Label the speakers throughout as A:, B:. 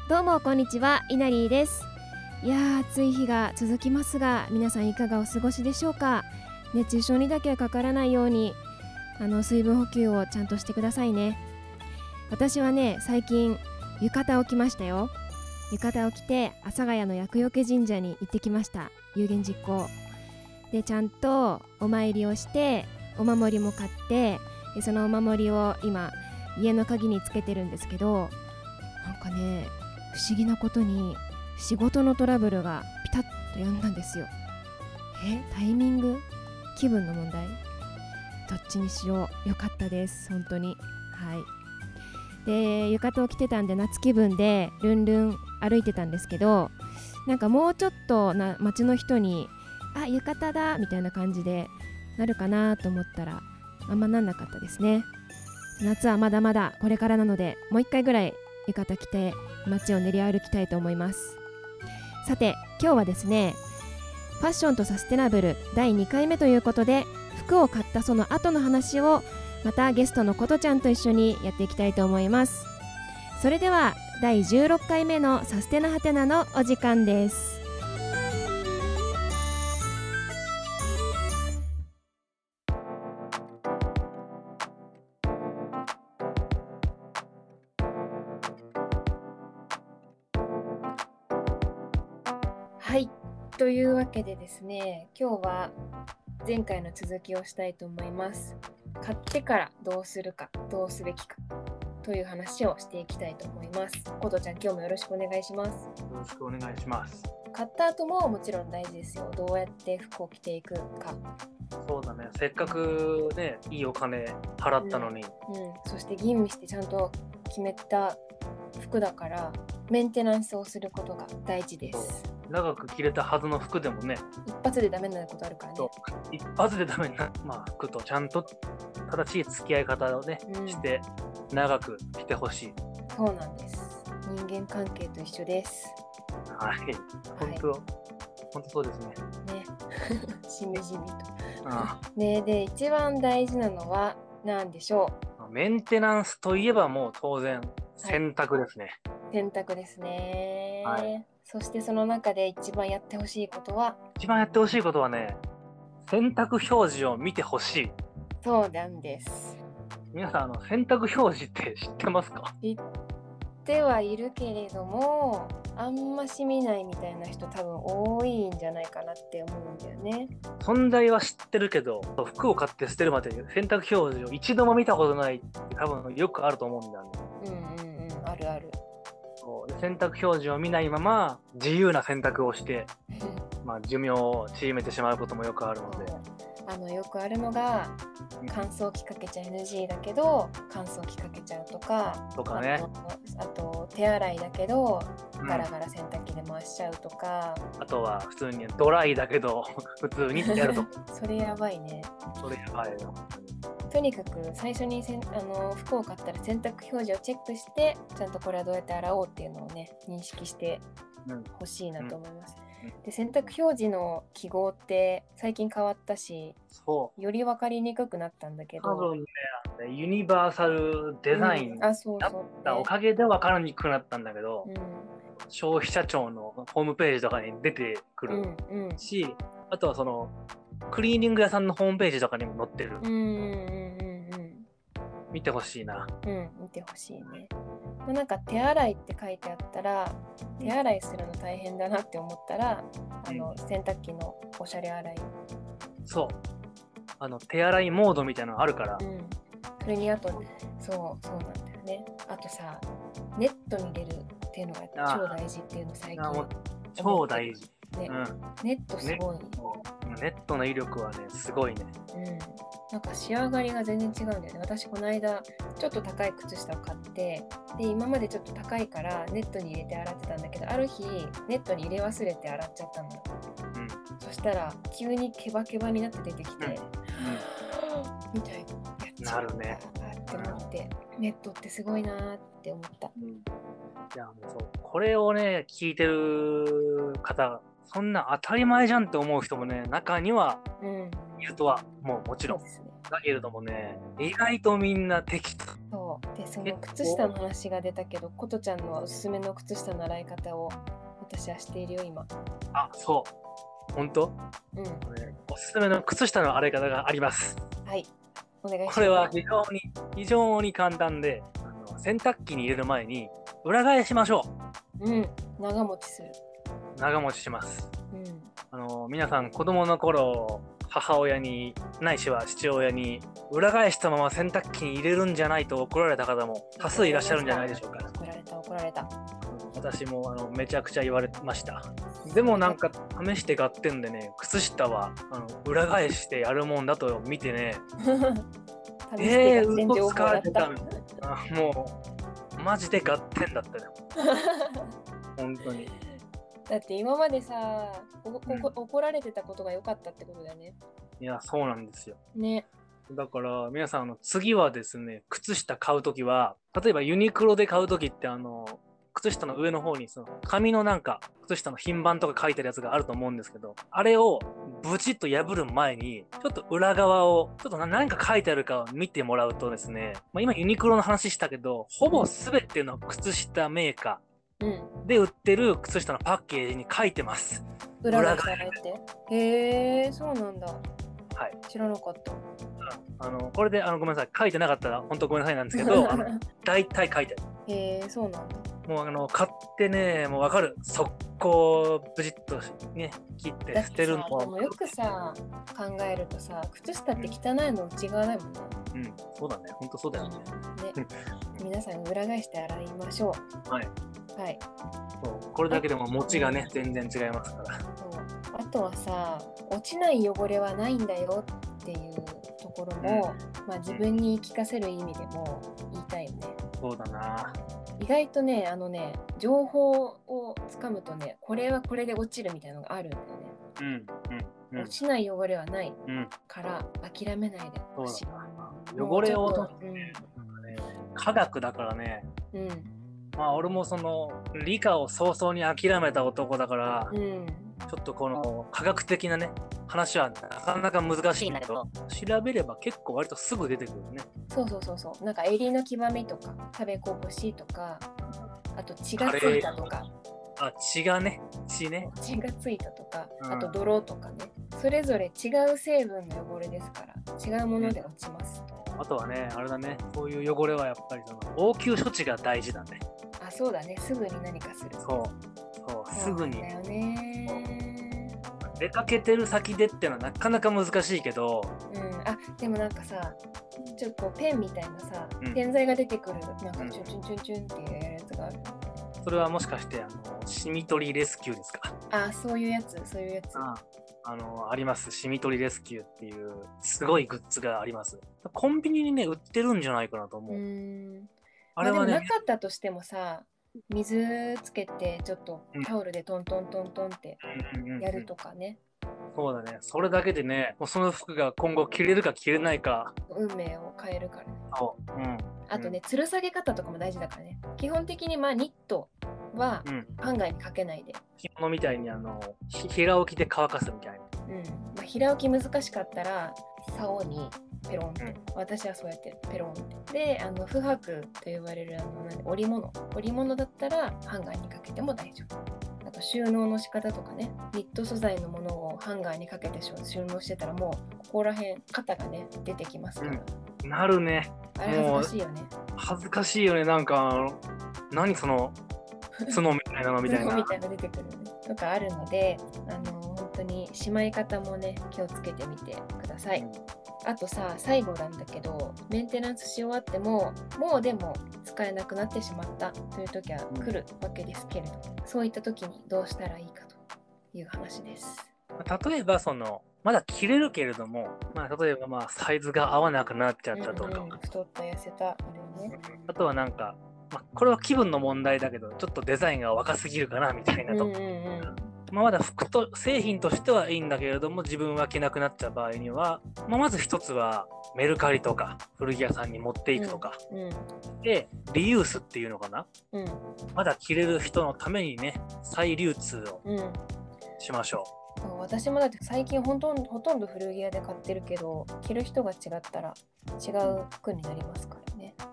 A: どうもこんにちは、いなりーです。いやー、暑い日が続きますが、皆さんいかがお過ごしでしょうか。熱中症にだけはかからないように水分補給をちゃんとしてくださいね。私はね、最近浴衣を着ましたよ。浴衣を着て阿佐ヶ谷の厄除け神社に行ってきました。有言実行で、ちゃんとお参りをしてお守りも買って、でそのお守りを今家の鍵につけてるんですけど、なんかね、不思議なことに仕事のトラブルがピタッと止んだんですよ。タイミング、気分の問題、どっちにしよう。よかったです、本当に。はい。で、浴衣を着てたんで夏気分でルンルン歩いてたんですけど、なんかもうちょっと街の人に浴衣だみたいな感じでなるかなと思ったら、あんまなんなかったですね。夏はまだまだこれからなので、もう一回ぐらい浴衣着て街を練り歩きたいと思います。さて、今日はですね、ファッションとサステナブル第2回目ということで、服を買ったその後の話をまたゲストのことちゃんと一緒にやっていきたいと思います。それでは第16回目のサステナハテナのお時間です。はい、というわけでですね、今日は前回の続きをしたいと思います。買ってからどうするか、どうすべきかという話をしていきたいと思います。ことちゃん、今日もよろしくお願いします。
B: よろしくお願いします。
A: 買った後ももちろん大事ですよ。どうやって服を着ていくか。
B: そうだね、せっかくね、いいお金払ったのに、
A: そして吟味してちゃんと決めた服だから、メンテナンスをすることが大事です。
B: 長く着れたはずの服でもね、
A: 一発でダメになることあるからね。
B: 一発でダメになる、服とちゃんと正しい付き合い方をね、して長く着てほしい。
A: そうなんです。人間関係と一緒です。
B: はい、本当そうですね。
A: しみじみと。で、一番大事なのは何でしょ
B: う。メンテナンスといえばもう当然洗濯ですね。
A: 洗濯ですね。そしてその中で一番やってほしいことは
B: ね、洗濯表示を見てほしい。
A: そうなんです。
B: 皆さん、洗濯表示って知ってますか？
A: 知ってはいるけれども、あんまし見ないみたいな人多分多いんじゃないかなって思うんだよね。
B: 存在は知ってるけど、服を買って捨てるまで洗濯表示を一度も見たことないって多分よくあると思うんだよね。
A: あるある。
B: 洗濯表示を見ないまま自由な選択をして寿命を縮めてしまうこともよくあるので、
A: よくあるのが乾燥機かけちゃ NG だけど乾燥機かけちゃうとかね、あと手洗いだけどガラガラ洗濯機で回しちゃうとか、
B: あとは普通にドライだけど普通にやると
A: それやばいね。
B: それやばいよ。
A: とにかく最初に服を買ったら洗濯表示をチェックして、ちゃんとこれはどうやって洗おうっていうのをね、認識してほしいなと思います。で、洗濯表示の記号って最近変わったし、より分かりにくくなったんだけど、
B: 多分ね、ユニバーサルデザインだったおかげで分からにくくなったんだけど、消費者庁のホームページとかに出てくるし、あとはそのクリーニング屋さんのホームページとかにも載ってる。見てほしいな。
A: 見てほしいね。なんか手洗いって書いてあったら、手洗いするの大変だなって思ったら、洗濯機のおしゃれ洗い。
B: そう。手洗いモードみたいなのあるから。
A: それにあと、そうなんだよね。あとさ、ネットに入れるっていうのが超大事っていうの最近。
B: 超大事。
A: ネットすごい。
B: ネットの威力はね、すごいね。
A: なんか仕上がりが全然違うんだよね。私この間ちょっと高い靴下を買って、で今までちょっと高いからネットに入れて洗ってたんだけど、ある日ネットに入れ忘れて洗っちゃったの。そしたら急にケバケバになって出てきて、みたいなやっちゃったって思って、ネットってすごいなって思った。
B: いやもうそう、これをね聞いてる方、そんな当たり前じゃんって思う人もね、中にはいるとはもちろんだけれどもね、意外とみんな適当。
A: でその靴下の話が出たけど、ことちゃんのおすすめの靴下の洗い方を私はしているよ今。
B: あ、そう本当？うん、おすすめの靴下の洗い方があります。
A: はい、お願いします。
B: これは非常に簡単で、洗濯機に入れる前に裏返しましょ
A: う。うん、長持ちする。
B: 長持ちします。皆さん子供の頃、母親にないしは父親に裏返したまま洗濯機に入れるんじゃないと怒られた方も多数いらっしゃるんじゃないでしょうか。
A: 怒られた。
B: 私もめちゃくちゃ言われました。でもなんか試して買ってんでね、靴下は裏返してやるもんだと見てね嘘つかれてた。もうマジで合点だったよ本当に。
A: だって今までさ、怒られてたことが良かったってことだよね。
B: いや、そうなんですよ。
A: ね。
B: だから皆さん次はですね、靴下買うときは、例えばユニクロで買うときって靴下の上の方にその紙のなんか靴下の品番とか書いてるやつがあると思うんですけど、あれをブチッと破る前にちょっと裏側をちょっと何か書いてあるかを見てもらうとですね、今ユニクロの話したけど、ほぼ全ての靴下メーカーで売ってる靴下のパッケージに書いてます。
A: 裏側ってへえ、そうなんだ。
B: はい、
A: 知らなかった。
B: これでごめんなさい、書いてなかったら本当ごめんなさいなんですけど大体書いてある。
A: へえ、そうなんだ。
B: もう買ってね、もう分かる。速攻ブチッとね切って捨てるのも。
A: でもよくさ考えるとさ、靴下って汚いの内側だもんね。
B: うん、そうだね、本当そうだよね。
A: 皆さん裏返して洗いましょ
B: う。はい。
A: はい。
B: そう、これだけでも持ちがね、全然違いますから。
A: あとはさ、落ちない汚れはないんだよっていうところも、自分に言い聞かせる意味でも言いたいよね。
B: そうだな。
A: 意外とね、情報をつかむとね、これはこれで落ちるみたいなのがあるんだよね。落ちない汚れはないから諦めないでほしい。
B: 汚れを落とす、科学だからね。俺もその理科を早々に諦めた男だから、ちょっとこの科学的なね話はなかなか難しいんだけど、調べれば結構割とすぐ出てくるね。
A: そう。なんか襟の黄ばみとか食べこぼしとか、あと血がついたとか。
B: 血がね。血
A: がついたとか、あと泥とかね。それぞれ違う成分の汚れですから違うもので落ちます。
B: あとはね、あれだね、そういう汚れはやっぱりその応急処置が大事だね。
A: そうだね、すぐに何かする。
B: すぐに。
A: だよね。
B: 出かけてる先でってのはなかなか難しいけど、
A: でもなんかさ、ちょっとペンみたいなさ、洗剤が出てくる、なんかチュンチュンチュンチュンっていうやつがある。
B: それはもしかしてシミ取りレスキューですか？
A: そういうやつ。
B: あります。シミ取りレスキューっていうすごいグッズがあります。コンビニにね売ってるんじゃないかなと思う。
A: あれはね、でもなかったとしてもさ、水つけてちょっとタオルでトントントントンってやるとかね。
B: そうだね。それだけでね、もうその服が今後着れるか着れないか、
A: 運命を変えるからね。あとね、吊る下げ方とかも大事だからね。基本的にニットはハンガーにかけないで。
B: 着物みたいに平置きで乾かすみたい
A: な。平置き難しかったら竿にペロンって、私はそうやってる、ペロンってで、不白と呼ばれる織物だったらハンガーにかけても大丈夫。あと収納の仕方とかね、ニット素材のものをハンガーにかけて収納してたらもうここら辺肩がね出てきますから、
B: なるね。
A: あれ恥ずかしいよね。
B: 恥ずかしいよね。なんか何その角みたいなのみたいな
A: 角みたいなの出てくるねとかあるので、本当にしまい方もね気をつけてみてください。あとさ、最後なんだけど、メンテナンスし終わってももうでも使えなくなってしまったという時は来るわけですけれど、そういった時にどうしたらいいかという話です。
B: 例えばまだ着れるけれども、例えばサイズが合わなくなっちゃったとか、
A: 太った痩せたあれね。
B: あとはなんか、これは気分の問題だけどちょっとデザインが若すぎるかなみたいなとか、まだ製品としてはいいんだけれども自分は着なくなっちゃう場合には、まず一つはメルカリとか古着屋さんに持っていくとか、でリユースっていうのかな、まだ着れる人のためにね再流通をしましょう。
A: 私もだって最近ほとんど古着屋で買ってるけど、着る人が違ったら違う服になりますからね。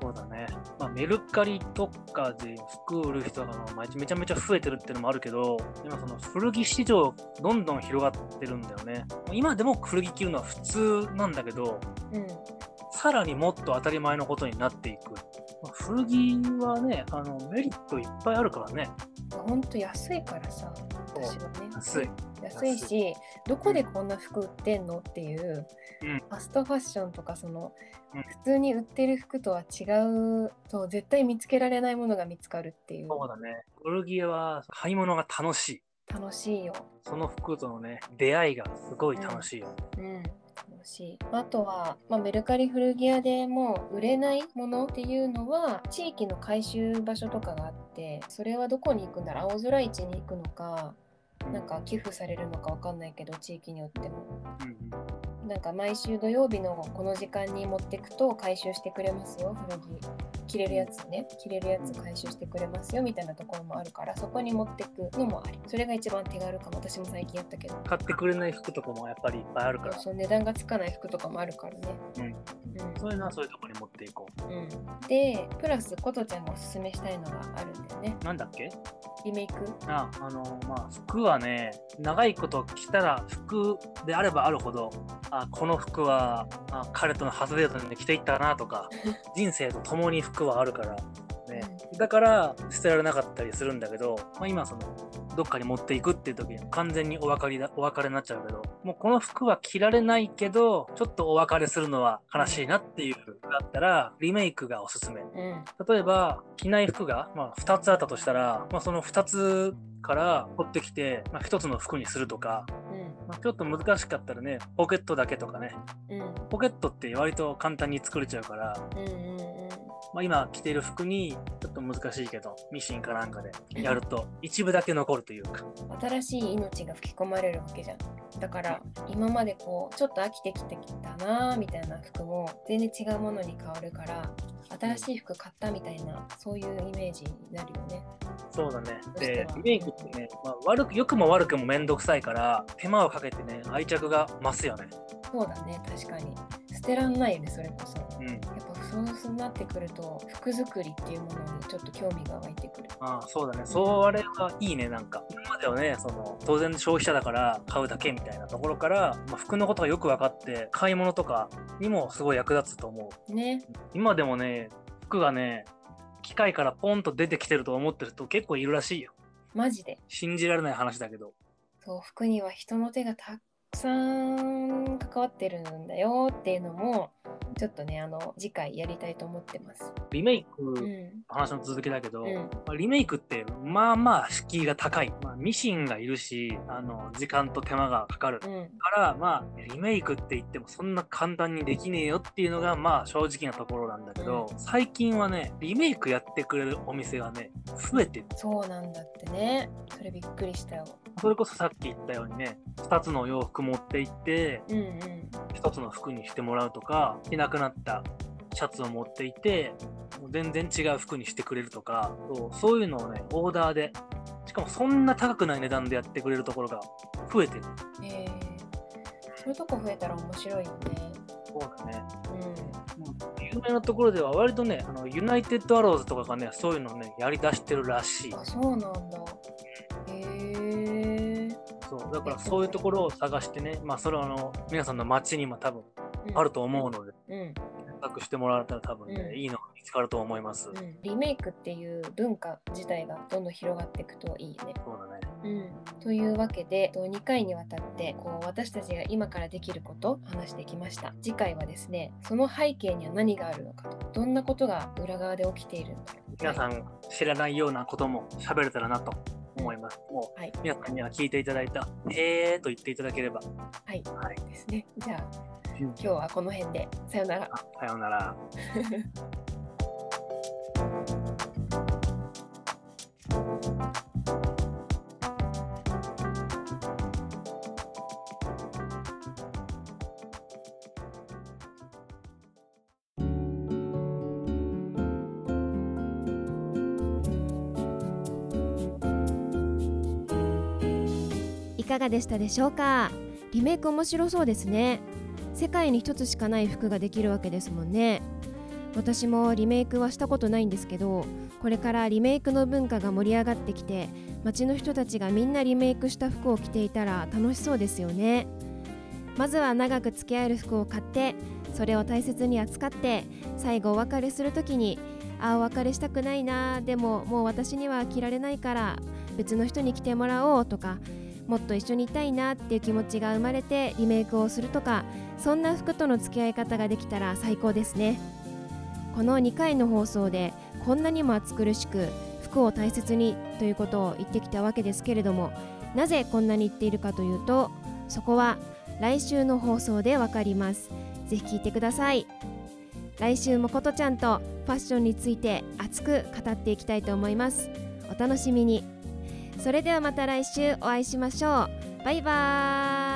B: そうだね。メルカリとかで服売る人がめちゃめちゃ増えてるっていうのもあるけど、今その古着市場どんどん広がってるんだよね。今でも古着着るのは普通なんだけど、さらにもっと当たり前のことになっていく。古着はね、メリットいっぱいあるからね。
A: ほんと安いからさ、私はね。安いし、どこでこんな服売ってんのっていう、ファストファッションとか普通に売ってる服とは違うと絶対見つけられないものが見つかるっていう。
B: そうだね。古着は買い物が楽しい。
A: 楽しいよ。
B: その服とのね、出会いがすごい楽しいよ。
A: 楽しい。あとは、メルカリ古着屋でも売れないものっていうのは地域の回収場所とかがあって、それはどこに行くんだろう。青空市に行くのか、なんか寄付されるのかわかんないけど、地域によっても。なんか毎週土曜日のこの時間に持ってくと回収してくれますよ、古着。着れるやつ回収してくれますよみたいなところもあるから、そこに持ってくのもあり。それが一番手軽かも。私も最近やったけど。
B: 買ってくれない服とかもやっぱりいっぱいあるから。
A: そう、値段がつかない服とかもあるからね。
B: そういうのはそういうところに持っていこ
A: う。で、プラスことちゃんがおすすめしたいのがあるんだよね。
B: なんだっけ？
A: リメイク？
B: 服はね、長いこと着たら服であればあるほど、この服は彼との初デートに着ていったなとか、人生と共に服はあるからね、だから捨てられなかったりするんだけど、今どっかに持っていくっていう時に完全にお別れになっちゃうけど、もうこの服は着られないけどちょっとお別れするのは悲しいなっていう服だったらリメイクがおすすめ。例えば着ない服が2つあったとしたら、その2つから取ってきて、1つの服にするとか、ちょっと難しかったらね、ポケットだけとかね、ポケットって割と簡単に作れちゃうから、今着ている服にちょっと難しいけどミシンかなんかでやると一部だけ残るというか、
A: 新しい命が吹き込まれるわけじゃん。だから今までちょっと飽きてきてきたなみたいな服も全然違うものに変わるから、新しい服買ったみたいな、そういうイメージになるよね。
B: そうだね。でリメイクってね、良くも悪くもめんどくさいから手間をかけてね、愛着が増すよね。
A: そうだね、確かに捨てらんないよね、それこそ。やっぱそうなってくると服作りっていうものにちょっと興味が湧いてくる。
B: そうだね。それはいいね。なんか今まではね、当然消費者だから買うだけみたいなところから、服のことがよく分かって買い物とかにもすごい役立つと思う
A: ね。
B: 今でもね、服がね、機械からポンと出てきてると思ってる人結構いるらしいよ。
A: マジで？
B: 信じられない話だけど。
A: そう、服には人の手がたくさん関わってるんだよっていうのもちょっとね、次回やりたいと思ってます。
B: リメイクの話の続きだけど、リメイクって敷居が高い。ミシンがいるし、時間と手間がかかる。からリメイクって言ってもそんな簡単にできねえよっていうのが正直なところなんだけど、最近はね、リメイクやってくれるお店がね、増えてる。
A: そうなんだってね。それびっくりしたよ。
B: それこそさっき言ったようにね、2つの洋服持って行って、1つの服にしてもらうとか、着なくなったシャツを持っていてもう全然違う服にしてくれるとか、そういうのをね、オーダーで、しかもそんな高くない値段でやってくれるところが増えてる。
A: そういうとこ増えたら面白いよね。
B: そうだね。有名なところでは割とね、ユナイテッドアローズとかがね、そういうのをね、やりだしてるらしい。
A: そうなんだ。
B: そうだからそういうところを探してね、それは皆さんの街にも多分あると思うので、検索してもらったら多分ね、いいのが見つかると思います。
A: リメイクっていう文化自体がどんどん広がっていくといいね。
B: そうだね。
A: というわけで2回にわたって私たちが今からできることを話してきました。次回はですね、その背景には何があるのかと、どんなことが裏側で起きているのか、
B: 皆さん知らないようなことも喋れたらなと思います。もう、皆さんには聞いていただいたと言っていただければ
A: ですね。じゃあ、今日はこの辺でさよなら。
B: さよなら。
A: いかがでしたでしょうか。リメイク面白そうですね。世界に一つしかない服ができるわけですもんね。 私もリメイクはしたことないんですけど、これからリメイクの文化が盛り上がってきて、街の人たちがみんなリメイクした服を着ていたら楽しそうですよね。まずは長く付き合える服を買って、それを大切に扱って、最後お別れするときに、お別れしたくないな、でももう私には着られないから別の人に着てもらおうとか、もっと一緒にいたいなっていう気持ちが生まれてリメイクをするとか、そんな服との付き合い方ができたら最高ですね。この2回の放送でこんなにも暑苦しく服を大切にということを言ってきたわけですけれども、なぜこんなに言っているかというと、そこは来週の放送でわかります。ぜひ聞いてください。来週もことちゃんとファッションについて熱く語っていきたいと思います。お楽しみに。それではまた来週お会いしましょう。バイバーイ。